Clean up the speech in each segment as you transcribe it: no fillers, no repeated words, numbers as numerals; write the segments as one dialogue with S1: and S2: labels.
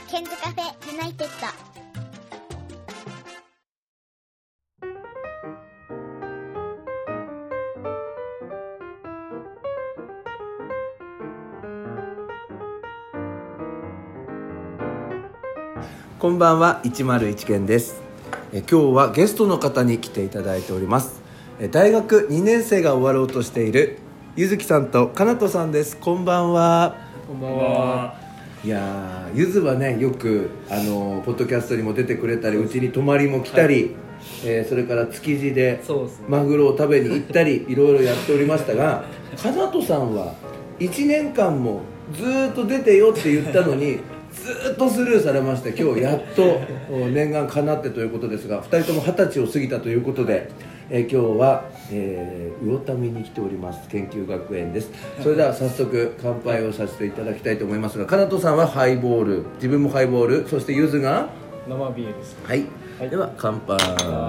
S1: ケンズカフェユナイテッド。
S2: こんばんは、101健です。今日はゲストの方に来ていただいております。大学2年生が終わろうとしているゆずきさんとかなとさんです。こんばんは。
S3: こんばんは。
S2: いやゆずはね、よくポッドキャストにも出てくれたり、うちに泊まりも来たり、それから築地でマグロを食べに行ったりいろいろやっておりましたが、かなとさんは1年間もずっと出てよって言ったのにずっとスルーされまして、今日やっと念願かなってということですが、2人とも20歳を過ぎたということで、今日は、魚民に来ております研究学園です。それでは早速乾杯をさせていただきたいと思いますが、かなとさんはハイボール、自分もハイボール、そしてゆずが
S3: 生ビールです。
S2: はい、では乾杯。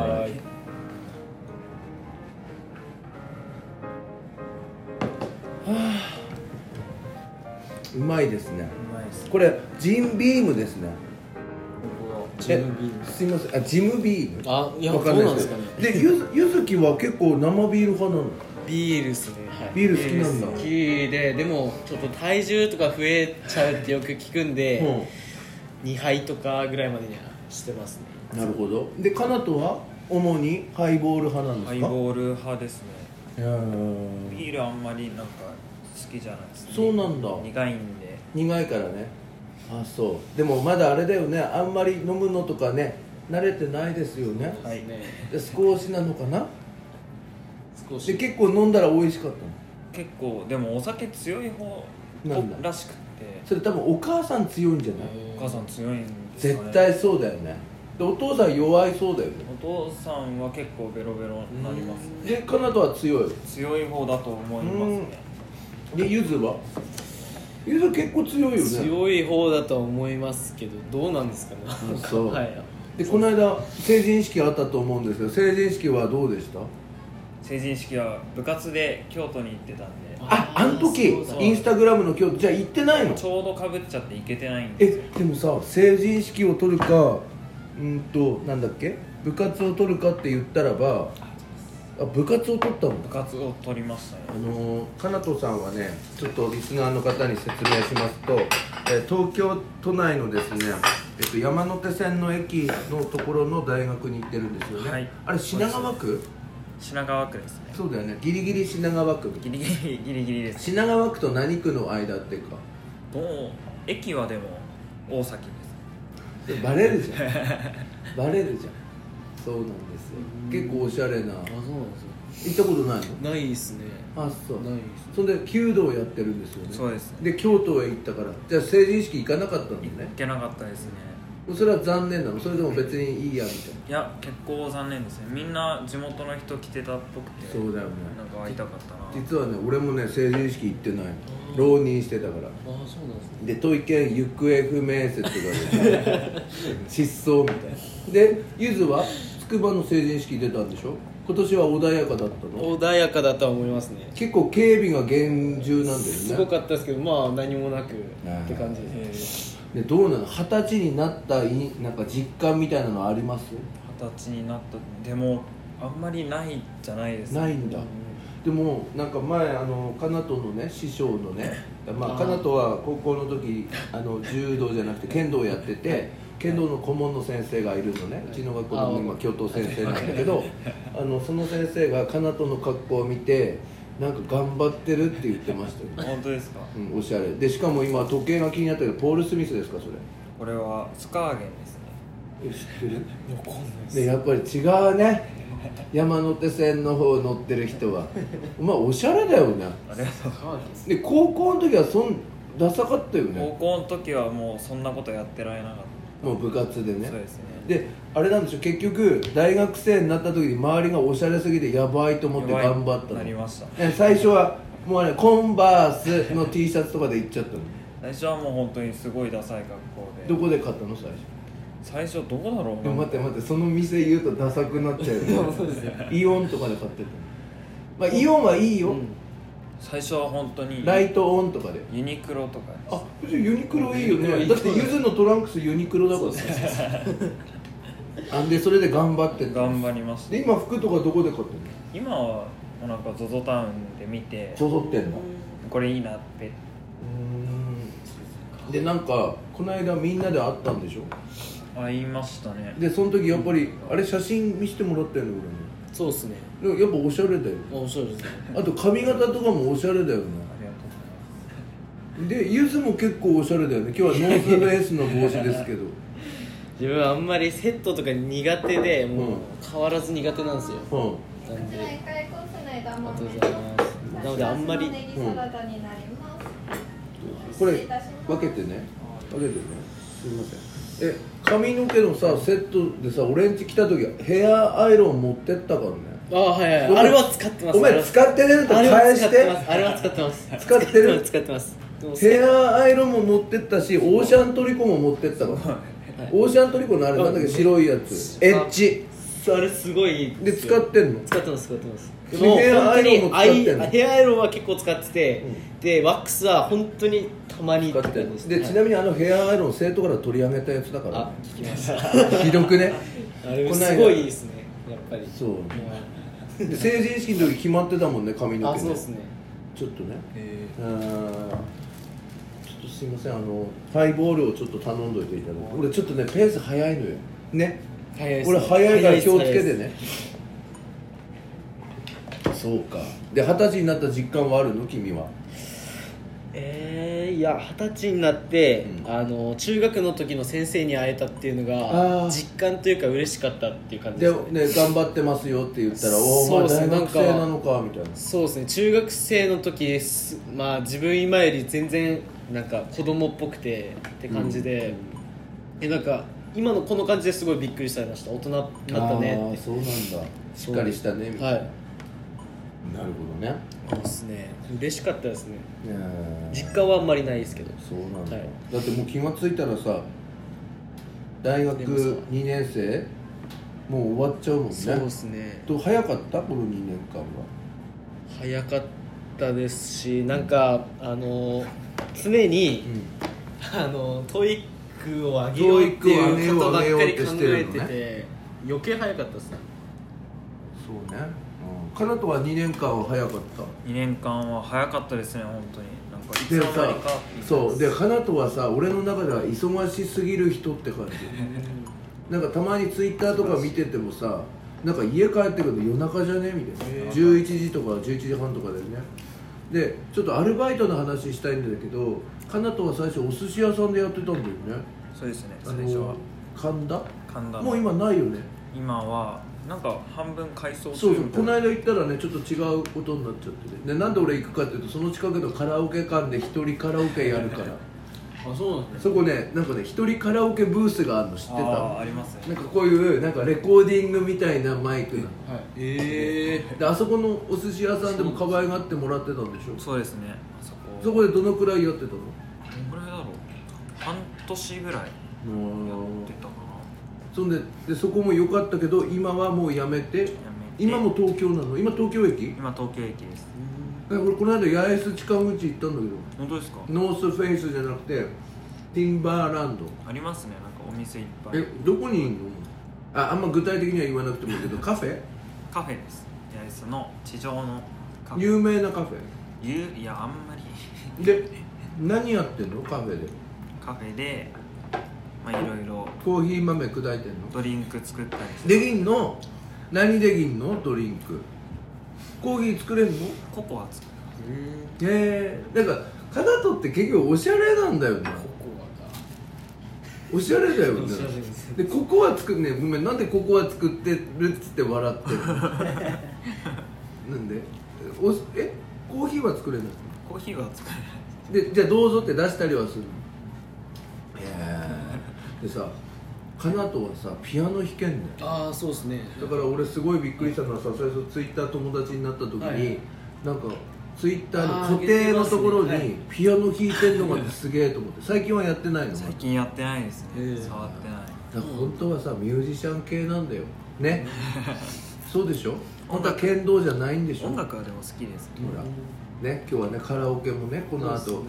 S2: うまいですね。これジンビームですね。
S3: ジムビール。
S2: すいません、ジムビーム。
S3: いや、そうなんですかね。
S2: で、ゆずきは結構生ビール派なの？
S3: ビールですね。
S2: ビール好きなんだ。
S3: 好きで、でもちょっと体重とか増えちゃうってよく聞くんで、2杯とかぐらいまでにはしてますね。
S2: なるほど。で、かなとは主にハイボール派なんですか？
S4: ハイボール派ですね。ビールあんまりなんか好きじゃないですね。
S2: そうなんだ。
S4: 苦いんで。
S2: 苦いからね。あ、そう。でもまだあれだよね、あんまり飲むのとかね慣れてないですよね。
S4: はい。
S2: で、少しなのかな。
S3: 少し。
S2: で、結構飲んだら美味しかったの？
S4: 結構でもお酒強い方
S2: なんだ
S4: らしくて。
S2: それ多分お母さん強いんじゃない？
S4: お母さん強いんですかね。
S2: 絶対そうだよね。で、お父さん弱いそうだよね。
S4: お父さんは結構ベロベロになりますね。
S2: で、かなとは強い。
S4: 強い方だと思いますね。
S2: で、ゆずは？ゆず結構強いよね。
S3: 強い方だとは思いますけど、どうなんですかね。
S2: そう。
S3: はい。
S2: で、この間成人式あったと思うんですけど、成人式はどうでした？
S4: 成人式は部活で京都に行ってたんで。
S2: あの時インスタグラムの京都じゃあ行ってないの？
S4: ちょうどかぶっちゃって行けてないんです。
S2: でもさ、成人式を取るかなんだっけ、部活を取るかって言ったらば、部活を取ったの？
S4: 部活を取りましたね。
S2: かなとさんはね、ちょっとリスナーの方に説明しますと、東京都内のですね、山手線の駅のところの大学に行ってるんですよね。
S4: はい。
S2: あれ品川区？
S4: 品川区ですね。
S2: そうだよね。ギリギリ品川区。
S4: ギリギリです。
S2: 品川区と何区の間っていうか。
S4: もう駅はでも大崎です。
S2: バレるじゃん。バレるじゃん。そうなんですよ。結構おしゃれな。
S3: そうなんですよ。
S2: 行ったことないの？
S3: ないですね。
S2: あ、そう。
S3: ないです。
S2: それで弓道をやってるんですよね。
S4: そうです。
S2: で、京都へ行ったから、じゃあ成人式行かなかったんだね。
S4: 行けなかったですね。
S2: それは残念なの？それでも別にいいやみたいな。
S4: いや、結構残念ですね。みんな地元の人来てたっぽくて。
S2: そうだよね。
S4: なんか会いたかったな。
S2: 実はね、俺もね、成人式行ってないの。浪人してたから。
S3: そうなんですね。
S2: で、都医研行方不明説が出て失踪みたいな。で、ゆずは筑波の成人式出たんでしょ？今年は穏やかだったの？
S3: 穏やかだとは思いますね。
S2: 結構警備が厳重なんだよね。
S3: すごかったですけど、まあ何もなくって感じですね。
S2: で、どうなの？20歳になったなんか実感みたいなのあります？
S4: 20歳になったでもあんまりないじゃないです
S2: ないんだ。でもなんか前かなとのね師匠のね、かなとは高校の時柔道じゃなくて剣道をやってて、剣道の顧問の先生がいるのね。うちの学校の今教頭先生なんだけど、その先生がかなとの格好を見て、なんか頑張ってるって言ってましたよ。
S4: 本当ですか？
S2: うん、おしゃれで、しかも今時計が気になったけど、ポール・スミスですか？それ
S4: これはスカーゲンですね。
S2: 知ってる？
S3: わかんないです。
S2: で、やっぱり違うね。山手線の方乗ってる人はおしゃれだよね。
S4: ありがとうございます。
S2: で、高校の時はダサかったよね。
S4: 高校の時はもうそんなことやってられなかった。
S2: もう部活でね。
S4: そうですね。
S2: で、あれなんでしょう、結局大学生になった時に周りがおしゃれすぎてやばいと思って頑張ったの。
S4: なりました。
S2: 最初はもうコンバースの T シャツとかで行っちゃったの。
S4: 最初はもう本当にすごいダサい格好で。
S2: どこで買ったの？最初
S4: どこだろう。
S2: でも待って、その店言うとダサくなっちゃうよね。イオンとかで買ってた。イオンはいいよ。
S4: 最初は本当に
S2: ライトオンとかで
S4: ユニクロとか
S2: あ、ユニクロいいよね。だってゆずのトランクスユニクロだもんね。あんでそれで頑張って
S4: 頑張りました。
S2: で今服とかどこで買ってんの？
S4: 今はなんか ZOZO タウンで見て
S2: ZOZOってんの？
S4: これいいなって。
S2: でなんかこの間みんなで会ったんでしょ？
S4: 会いましたね。
S2: でその時やっぱりあれ写真見せてもらったよね俺ね。
S3: そうっすね。
S2: でもやっぱおしゃれだよ。
S3: おしゃれですね。
S2: あと髪型とかもおしゃれだよね。
S4: ありがとうございます。
S2: でゆずも結構おしゃれだよね。今日はノースフェイスの帽子ですけど
S3: 自分はあんまりセットとか苦手でもう変わらず苦手なんですよ、なんでありがとうございます。なのであんまり、
S2: これ分けてねすいません。髪の毛のさセットでさ俺ん家来た時ヘアアイロン持ってったからね。
S3: ああはいはい、あれは使ってます。
S2: お前使ってねえと返して。
S3: あれは使ってます。
S2: 使ってる？
S3: 使ってます。
S2: ヘアアイロンも持ってったしオーシャントリコも持ってったから、オーシャントリコのあれなんだっけ白いやつエッジ
S3: あれすごい
S2: で使ってんの？
S3: 使ってます使ってます。
S2: ヘアアイロンも使ってんの？
S3: ヘアアイロンは結構使ってて、でワックスは本当にたまに
S2: 使ってんです。でちなみにヘアアイロン生徒から取り上げたやつだから、
S3: あ聞きました
S2: ひどくね。
S3: あれすごいですねやっぱり。そう
S2: で成人式の時決まってたもんね髪の毛ね。
S3: あそうですね。
S2: ちょっとねちょっとすいませんハイボールをちょっと頼んどいていただいて。俺ちょっとねペース早いのよね。俺早いから気をつけてね。そうか。で20歳になった実感はあるの君は？
S3: いや20歳になって、中学の時の先生に会えたっていうのが実感というか嬉しかったっていう感じですね。
S2: で頑張ってますよって言ったらお前大学生なのかみたいな。
S3: そうですね。中学生の時です、自分今より全然なんか子供っぽくてって感じで、なんか今のこの感じですごいびっくりされました。大人になったねって。
S2: そうなんだ。しっかりしたねみたいな。はい。なるほどね。
S3: そうですね。嬉しかったですね。実感はあんまりないですけど。
S2: そうなんだ。だってもう気がついたらさ、大学2年生もう終わっちゃうもんね。
S3: そうですね。
S2: 早かったこの2年間は？
S3: 早かったですし、なんか常にトイックを上げようっていうことばっかり考えてて、余計早かったですね。
S2: そうね。カナトは2年間は早かった。
S4: 2年間は早かったですね本当に。なんかいつの間にか
S2: そうでカナトはさ俺の中では忙しすぎる人って感じなんかたまにツイッターとか見ててもさなんか家帰ってくると夜中じゃねみたいな11時とか11時半とかでね。でちょっとアルバイトの話したいんだけどカナトは最初お寿司屋さんでやってたんだよね。
S4: そうですね。最初は
S2: 神田もう今ないよね。
S4: 今はなんか半分改装
S2: そうこの間行ったらねちょっと違うことになっちゃってね。でなんで俺行くかっていうとその近くのカラオケ館で一人カラオケやるから
S3: あそうなんですね。
S2: そこねなんかね一人カラオケブースがあるの知ってた？
S4: ありますね。
S2: なんかこういうなんかレコーディングみたいなマイクが、であそこのお寿司屋さんでも可愛がってもらってたんでしょ？
S4: そうですね。
S2: そこでどのくらいやってたの？
S4: どのくらいだろう。半年ぐらいやってたかな。
S2: そんでそこも良かったけど今はもうやめて今も東京なの？今東京駅？
S4: 今東京駅です。
S2: 俺この間八重洲近口行ったんだけど。
S4: 本当ですか？
S2: ノースフェイスじゃなくてティンバーランド
S4: ありますね。なんかお店いっぱい。
S2: どこにいるの？あんま具体的には言わなくてもいいけどカフェ？
S4: カフェです。八重洲の地上のカフェ。
S2: 有名なカフ
S4: ェ？いやあんまり
S2: で何やってんのカフェで？
S4: カフェでいろいろ
S2: コーヒー豆砕いてんの？
S4: ドリンク作ったり
S2: できんの？何できんの？ドリンクコーヒー作れんの？
S4: ココア作
S2: る。なんかカナトって結局おしゃれなんだよね。おしゃれだよね。でココア作るね。ごめんなんでココア作ってるっつって笑ってるのなんでコーヒーは作れない？
S4: コーヒーは作れない
S2: でじゃあどうぞって出したりはするの？でさカナトはさピアノ弾けんねん。
S3: ああそうですね。
S2: だから俺すごいびっくりしたのはさ最初ツイッター友達になった時に、なんかツイッターの固定のところにピアノ弾いてんのがすげえと思って最近はやってないの？
S4: 最近やってないですね。触ってない。
S2: だから本当はさミュージシャン系なんだよねそうでしょ？本当は剣道じゃないんでしょ？
S4: 音楽はでも好きです。
S2: ほらね、今日はねカラオケもねこの後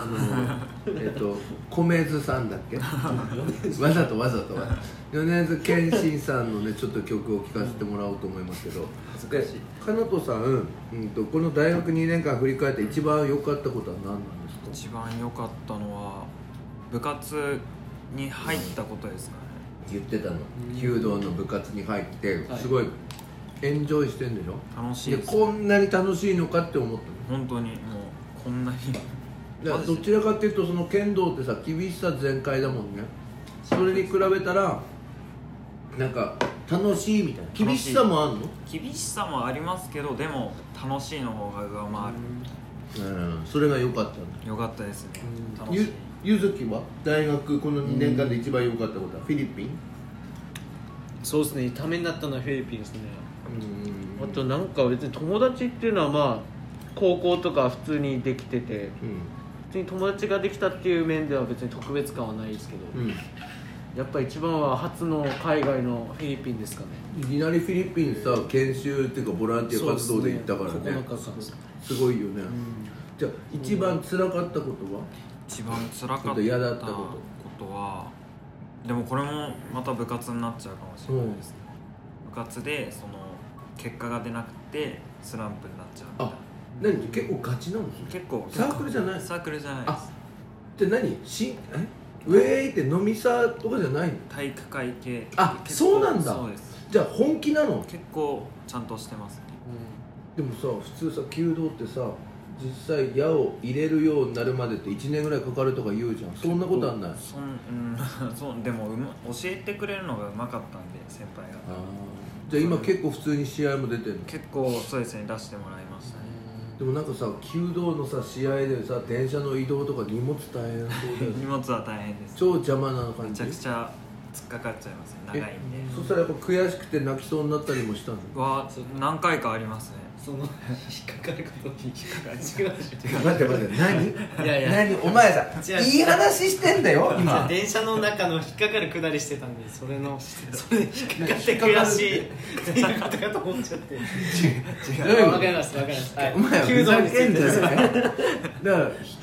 S2: 米津さんだっけわざと米津玄師さんのねちょっと曲を聴かせてもらおうと思いますけど、でかなとさん、この大学2年間振り返って一番良かったことは何なんですか？
S4: 一番良かったのは部活に入ったことですかね。
S2: 言ってたの、弓道の部活に入ってすごいエンジョイしてんでしょ？
S4: 楽しいです。
S2: こんなに楽しいのかって思ったの？
S4: 本当にもうこんなに
S2: どちらかっていうとその剣道ってさ厳しさ全開だもんね。それに比べたらなんか楽しいみたいな。厳しさもあるの？
S4: 厳しさもありますけど、でも楽しいの方が上回る。
S2: それが良かったんだ。
S4: 良かったですね。楽しい。
S2: ゆずきは大学この2年間で一番良かったことはフィリピン？
S3: そうですね、ためになったのはフィリピンですね。あとなんか別に友達っていうのはまあ高校とか普通にできてて、普通に友達ができたっていう面では別に特別感はないですけど、やっぱ一番は初の海外のフィリピンですかね。
S2: いきなりフィリピンさ研修っていうかボランティア活動で行ったからね。
S3: 9日間
S2: すごいよね。じゃあ一番辛かったことは？
S4: 一番辛かったこと
S2: 嫌だったこと
S4: は、でもこれもまた部活になっちゃうかもしれないですね。部活でその結果が出なくてスランプになっちゃうみたいな。
S2: 何結構ガチなの？
S4: 結構
S2: サークルじゃない？
S4: サークルじゃないです。
S2: で何ウェーイって飲みサとかじゃないの？
S4: 体育会系。
S2: そうなんだ。
S4: そうです。
S2: じゃあ本気なの？
S4: 結構ちゃんとしてますね。
S2: でもさ普通さ弓道ってさ実際矢を入れるようになるまでって1年ぐらいかかるとか言うじゃん。そんなことはない？
S4: そうでも教えてくれるのがうまかったんで先輩が。
S2: じゃあ今結構普通に試合も出てるの？
S4: 結構そうですね、出してもらいましたね。
S2: でもなんかさ弓道のさ試合でさ電車の移動とか荷物大変そうだよね。
S4: 荷物は大変です。
S2: 超邪魔な感じ。
S4: めちゃくちゃ突っかかっちゃいますね、長いんで。
S2: そしたらやっぱ悔しくて泣きそうになったりもしたの？
S4: 何回かありますね。
S3: その引っかかることに引っかかる。違う
S2: 待って何？
S3: いや
S2: 何お前さいい話してんだよ今。
S3: 電車の中の引っかかるくだりしてたんで、それで引っかかって悔しいっていうことかと思っちゃって。違う。わかりますわかります。
S2: お前はふざけんじゃない。だから引っかかってんの？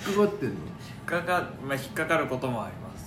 S4: 引っかかることもあります。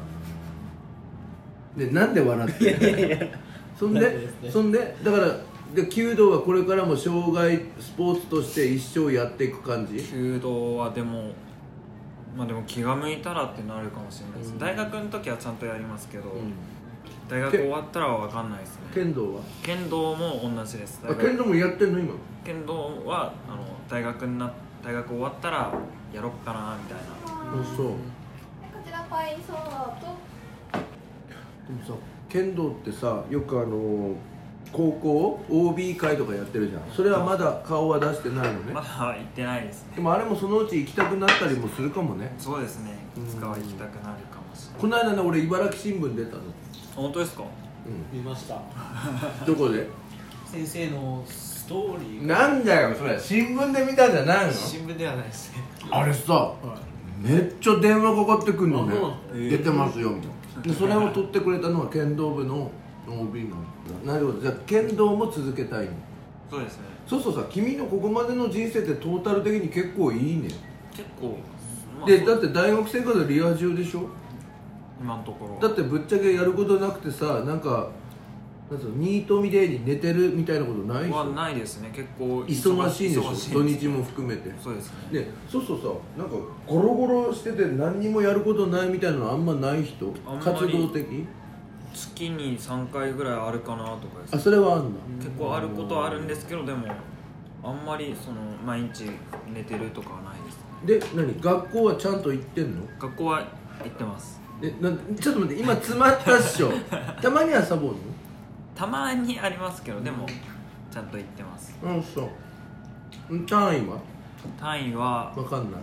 S2: でなんで笑ってんの？そんでだから弓道はこれからも障害スポーツとして一生やっていく感じ？
S4: 弓道はでも気が向いたらってなるかもしれないです。大学の時はちゃんとやりますけど、大学終わったらは分かんないですね。
S2: 剣道は？
S4: 剣道も同じです。
S2: 剣道もやってんの今？
S4: 剣道は大学終わったらやろっかなみたいな。
S2: そう。こ
S1: ちらパイソーと。
S2: でもさ剣道ってさよく高校 OB 会とかやってるじゃん。それはまだ顔は出してないのね？
S4: まだ行ってないですね。
S2: でもあれもそのうち行きたくなったりもするかもね。
S4: そうですね、いつかは行きたくなるかもしれない。
S2: この間ね俺茨城新聞出たの。
S4: 本当ですか？
S3: 見ました。
S2: どこで？
S3: 先生のストーリー。
S2: なんだよそれ新聞で見たんじゃないの？
S3: 新聞ではないですね。あ
S2: れさ、めっちゃ電話かかってくるのね。出てますよみたいな。でそれを取ってくれたのは剣道部の OB なの。なるほど。じゃあ剣道も続けたいの？
S4: そうですね。
S2: そうさ君のここまでの人生ってトータル的に結構いいね。
S4: 結構、
S2: でだって大学生活リア充でしょ
S4: 今のところ。
S2: だってぶっちゃけやることなくてさなんかニートみたいに寝てるみたいなことないでしょ？
S4: ないですね。結構
S2: 忙しいんでしょ？土日も含めて。
S4: そうですね。
S2: そうさなんかゴロゴロしてて何にもやることないみたいなのあんまない人？活動的？
S4: 月に3回ぐらいあるかなとかです。
S2: それはあんだ。
S4: 結構あることはあるんですけど、でもあんまり毎日寝てるとかはないです。
S2: で学校はちゃんと行ってんの？
S4: 学校は行ってます。
S2: ちょっと待って今詰まったっしょ。たまにはサボるの？
S4: たまにありますけど、でもちゃんと行ってます。
S2: そう。単位は？
S4: 単位は
S2: 分かんない。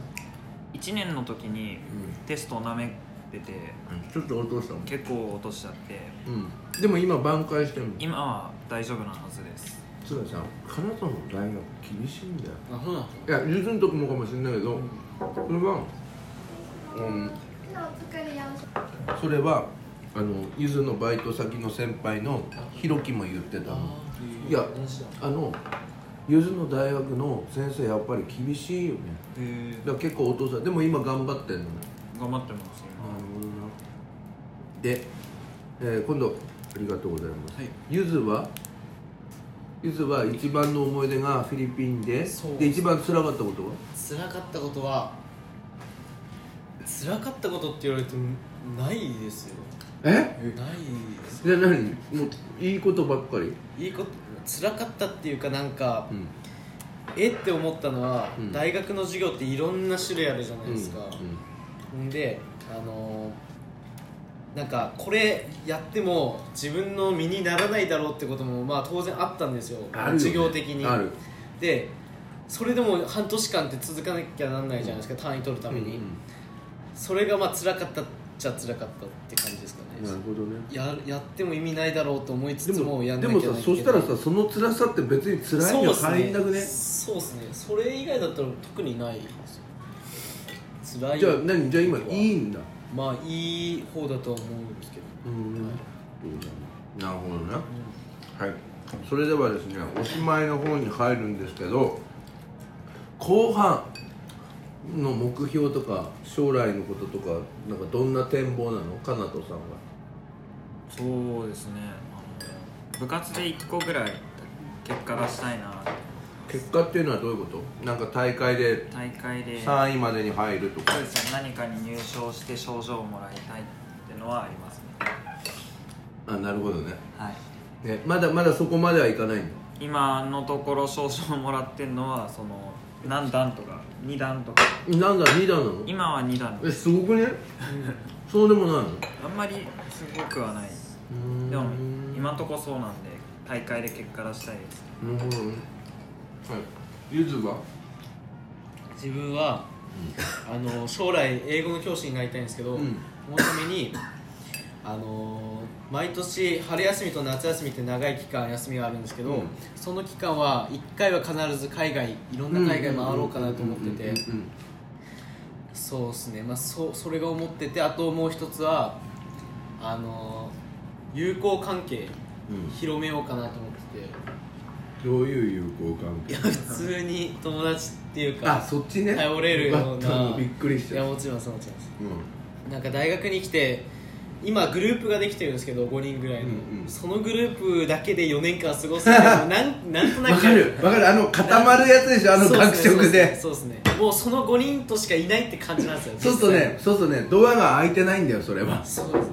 S4: 1年の時にテストをなめてて、
S2: ちょっと落としたの？
S4: 結構落としちゃって、
S2: でも今挽回してるの？
S4: 今は大丈夫なはずです。
S2: つらさん、金沢の大学厳しいんだよ。
S3: そうなんですか？
S2: いや、ゆずんとこもかもしれないけど、それはゆずのバイト先の先輩のひろきも言ってたの。いやゆずの大学の先生やっぱり厳しいよね。だから結構お父さんでも今頑張ってんのね。
S4: 頑張ってますよ。
S2: なるほどな。で、今度ありがとうございます。
S3: はい、
S2: ゆずは一番の思い出がフィリピンで、で一番辛かったことは？
S3: 辛かったことって言われてもないですよ。ないです。
S2: じゃあ何？もういいことばっかり？
S3: いいこと辛かったっていうかなんか、って思ったのは、大学の授業っていろんな種類あるじゃないですか。でなんかこれやっても自分の身にならないだろうってこともまあ当然あったんですよ、授業的に。でそれでも半年間って続かなきゃなんないじゃないですか、単位取るために。それがまあ辛かったっちゃ辛かったって感じですかね。
S2: なるほどね。
S3: やっても意味ないだろうと思いつつもやんなきゃいけない。
S2: でもさ、そしたらさ、その辛さって別に辛いには入んなくね。
S3: そうですね。それ以外だったら特にないですよ。辛い。
S2: じゃあ今いいんだ。
S3: まあいい方だとは思うんですけど。
S2: なるほどね。はい。それではですね、おしまいの方に入るんですけど、後半の目標とか将来のこととかなんかどんな展望なの、かなとさんは？
S4: そうですね。部活で1個ぐらい結果出したいな。
S2: 結果っていうのはどういうこと？なんか大会で3位までに入るとか。
S4: そうですね。何かに入賞して賞状をもらいたいっていうのはありますね。
S2: あ、なるほどね。
S4: はい。
S2: まだそこまではいかないんだ。
S4: 今のところ賞状をもらってるのはその何段とか2段とか。
S2: 2段なの？
S4: 今は2段。
S2: すごくね。そうでもないの？
S4: あんまりすごくはない。でも今のところそうなんで大会で結果出したいです。
S2: なるほどね。はい。ゆずは？
S3: 自分は、将来英語の教師になりたいんですけど、そのために毎年春休みと夏休みって長い期間休みがあるんですけど、その期間は1回は必ず海外、いろんな海外回ろうかなと思ってて、そうですね、まあ、それが思ってて、あともう一つは友好関係広めようかなと思ってて。
S2: どういう友好関係？
S3: いや、普通に友達っていうか、
S2: そっちね、
S3: 頼れるような。
S2: びっくりした。
S3: いや、もちろんそうです、なんか大学に来て今グループができてるんですけど、5人ぐらいの、そのグループだけで4年間過ごすのなんとなく
S2: わかる固まるやつでしょ、学食で。
S3: そうですね、もうその5人としかいないって感じなんですよ。
S2: そうするとねドアが開いてないんだよ、それは。
S3: そうですね。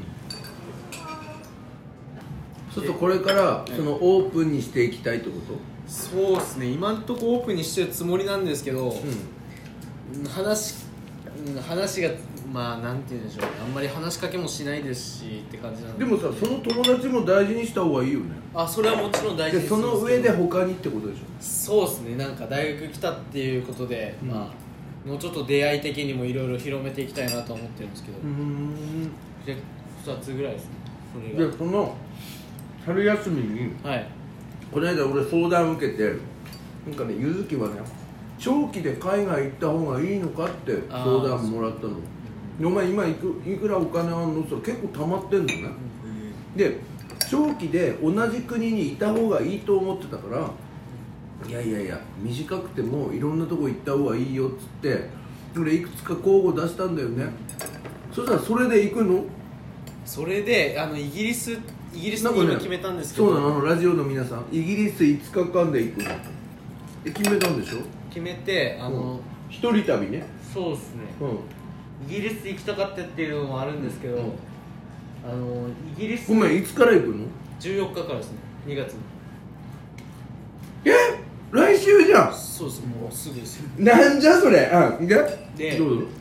S2: ちょっとこれからそのオープンにしていきたいってこと？
S3: そうですね、今んとこオープンにしてるつもりなんですけど、話がまあなんて言うんでしょうね、あんまり話しかけもしないですしって感じなんで。
S2: でもさ、その友達も大事にした方がいいよね。
S3: それはもちろん大事です。
S2: その上で他にってことでしょ？
S3: そうですね、なんか大学来たっていうことで、もうちょっと出会い的にもいろいろ広めていきたいなと思ってるんですけど。で2つぐらいですね、それが。
S2: で、その春休みに、
S3: はい、こ
S2: の間俺相談受けて、なんかね、ゆずきはね、長期で海外行った方がいいのかって相談もらったの。お前今いくらお金あんのって言ったら結構溜まってんのね。で、長期で同じ国にいた方がいいと思ってたから、いや短くてもいろんなとこ行った方がいいよっつって俺いくつか候補出したんだよね。そしたらそれで行くの？
S3: それでイギリスに今決めたんですけど、
S2: そうなの、ラジオの皆さん、イギリス5日間で行くの。決めたんでしょ？
S3: 決めて、
S2: 一人旅ね。
S3: そうですね、イギリス行きたかったっていうのもあるんですけど、イギリス、
S2: ごめん、いつから行くの
S3: ？14日からですね、2月に。
S2: 来週じゃん。
S3: そうです、もうすぐですよ。
S2: なんじゃそれ。
S3: で、
S2: どうぞ。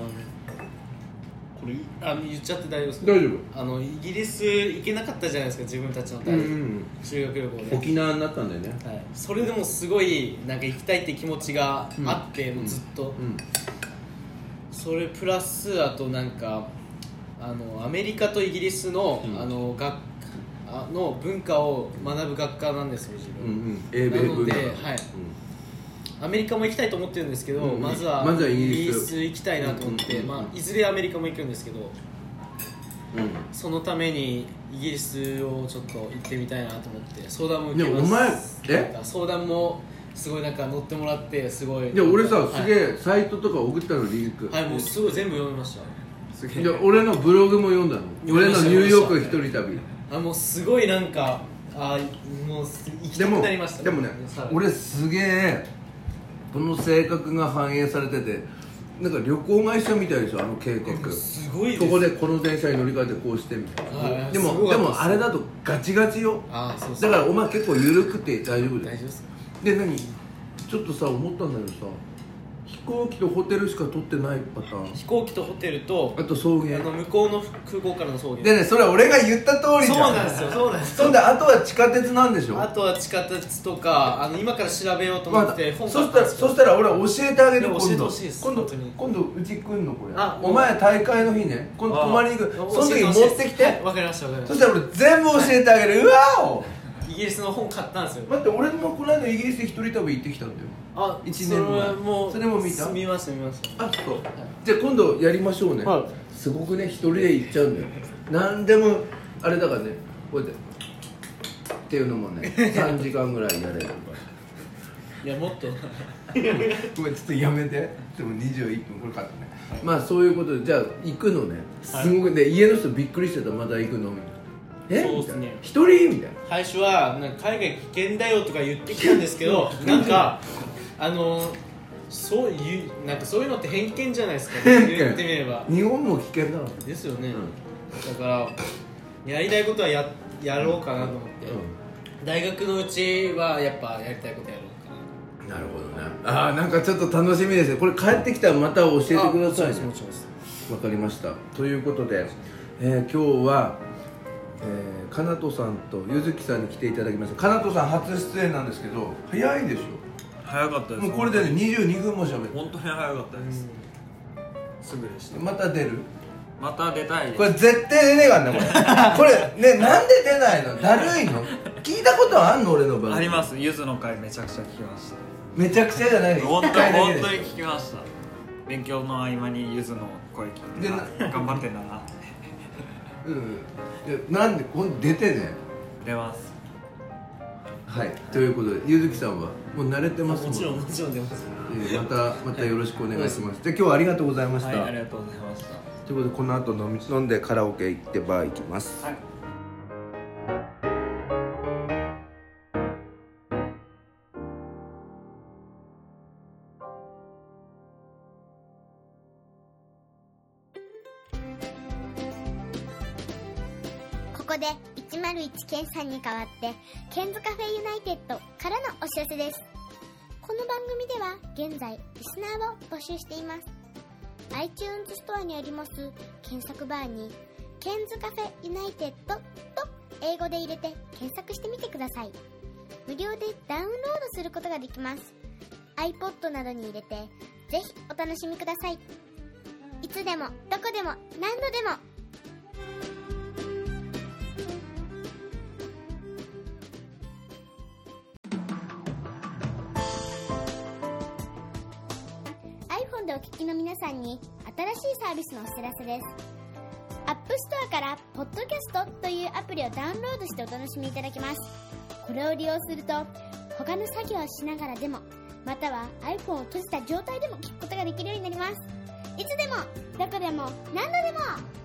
S3: これ言っちゃって大丈夫ですか？
S2: 大丈
S3: 夫。イギリス行けなかったじゃないですか、自分たちの修学旅行で。
S2: 沖縄になったんだよね。
S3: はい、それでもすごいなんか行きたいって気持ちがあって、もうずっと、それプラスあとなんかアメリカとイギリスの、の文化を学ぶ学科なんですよ、自分。
S2: 英米文化。
S3: なので、アメリカも行きたいと思ってるんですけど、まずはイギリス行きたいなと思って、いずれアメリカも行くんですけど、 そのためにイギリスをちょっと行ってみたいなと思って相談も受けます。
S2: いやお前
S3: 相談もすごいなんか乗ってもらってすごい。
S2: いや俺さ、すげえサイトとか送ったのリンク。
S3: はい、もうすごい全部読みました。
S2: いや俺のブログも読んだの。俺のニューヨーク一人旅。
S3: もうすごいなんかもう行きたくなりました。
S2: でもね、俺すげえこの性格が反映されてて、なんか旅行会社みたいでしょ、あの計画。
S3: すごいです。
S2: ここでこの電車に乗り換えてこうしてみたいな。でもあれだとガチガチよ。だからお前結構緩くて大丈夫だよ。
S3: 大丈夫です。
S2: で何ちょっとさ思ったんだけどさ、飛行機とホテルしか取ってないパターン。
S3: 飛行機とホテルと
S2: あと送迎、
S3: 向こうの空港からの送迎
S2: でね、それは俺が言った通りじゃん。
S3: そうなんですよ、そうなんですよ。
S2: そんであとは地下鉄なんでしょ。
S3: あとは地下鉄とか今から調べようと思って本買ったんですけど、
S2: そしたら俺教えてあげる。
S3: 教えてほしいです。
S2: 今度うち来んのこれ。
S3: あ、
S2: お前大会の日ね、今度泊まりに行く。その時に持ってきて。
S3: わかりました、わかりま
S2: そ
S3: し。
S2: したら俺全部教えてあげる。うわお。
S3: イギリスの本買ったんですよ。
S2: 待って、俺もこの間イギリスで一人旅行ってきたんだよ。1年前。それも見た？
S3: 見ました、見ました。
S2: あ、そう。じゃあ今度やりましょうね。すごくね、一人で行っちゃうんだよ。なんでもあれだからね、こうやってっていうのもね、3時間ぐらいやれるから。
S3: いや、もっと
S2: ごめん、ちょっとやめて。でも21分これカットね。まあそういうことで、じゃあ行くのね。すごくね、家の人びっくりしてた。まだ行くのみたいな。
S3: そうですね。
S2: 一人みたいな。
S3: 最初はなんか海外危険だよとか言ってきたんですけど、なんかそういうのって偏見じゃないですか。言ってみれば。
S2: 日本も危険だわ。
S3: ですよね。だからやりたいことはやろうかなと思って。大学のうちはやっぱやりたいことやろうかな。
S2: なるほどね。ああ、なんかちょっと楽しみですね。これ帰ってきたらまた教えてくださいね。
S3: もちろんです。
S2: わかりました。ということで、今日はかなとさんとゆずきさんに来ていただきました。かなとさん初出演なんですけど、早いでしょ。
S4: 早かったです。
S2: もうこれでね、22分も喋る。
S4: 本当に早かったです。すぐでした。
S2: また出る？
S4: また出たいです。
S2: これ絶対出ねえかんな、これね、なんで出ないの？だるいの？聞いたことはあんの？俺の番組
S4: あります。ゆずの回めちゃくちゃ聞きました。
S2: めちゃくちゃじゃないの。
S4: 本当に聞きました。勉強の合間にゆずの声聞いて頑張ってんだな。
S2: なんで今度出てね。
S4: 出ます。
S2: はい、ということで、ゆずきさんはもう慣れてますもん。
S3: もちろん出ます。
S2: またよろしくお願いします。じゃあ今日はありがとうございました。
S4: はい、ありがとうございました。
S2: ということで、この後飲んでカラオケ行ってバー行きます。はい。
S5: ここで101ケンさんに代わってケンズカフェユナイテッドからのお知らせです。この番組では現在リスナーを募集しています。 iTunes ストアにあります検索バーにケンズカフェユナイテッドと英語で入れて検索してみてください。無料でダウンロードすることができます。 iPod などに入れてぜひお楽しみください。いつでもどこでも何度でもでお聞きの皆さんに新しいサービスのお知らせです。アップストアからポッドキャストというアプリをダウンロードしてお楽しみいただけます。これを利用すると他の作業をしながらでも、または iPhone を閉じた状態でも聞くことができるようになります。いつでもどこでも何度でも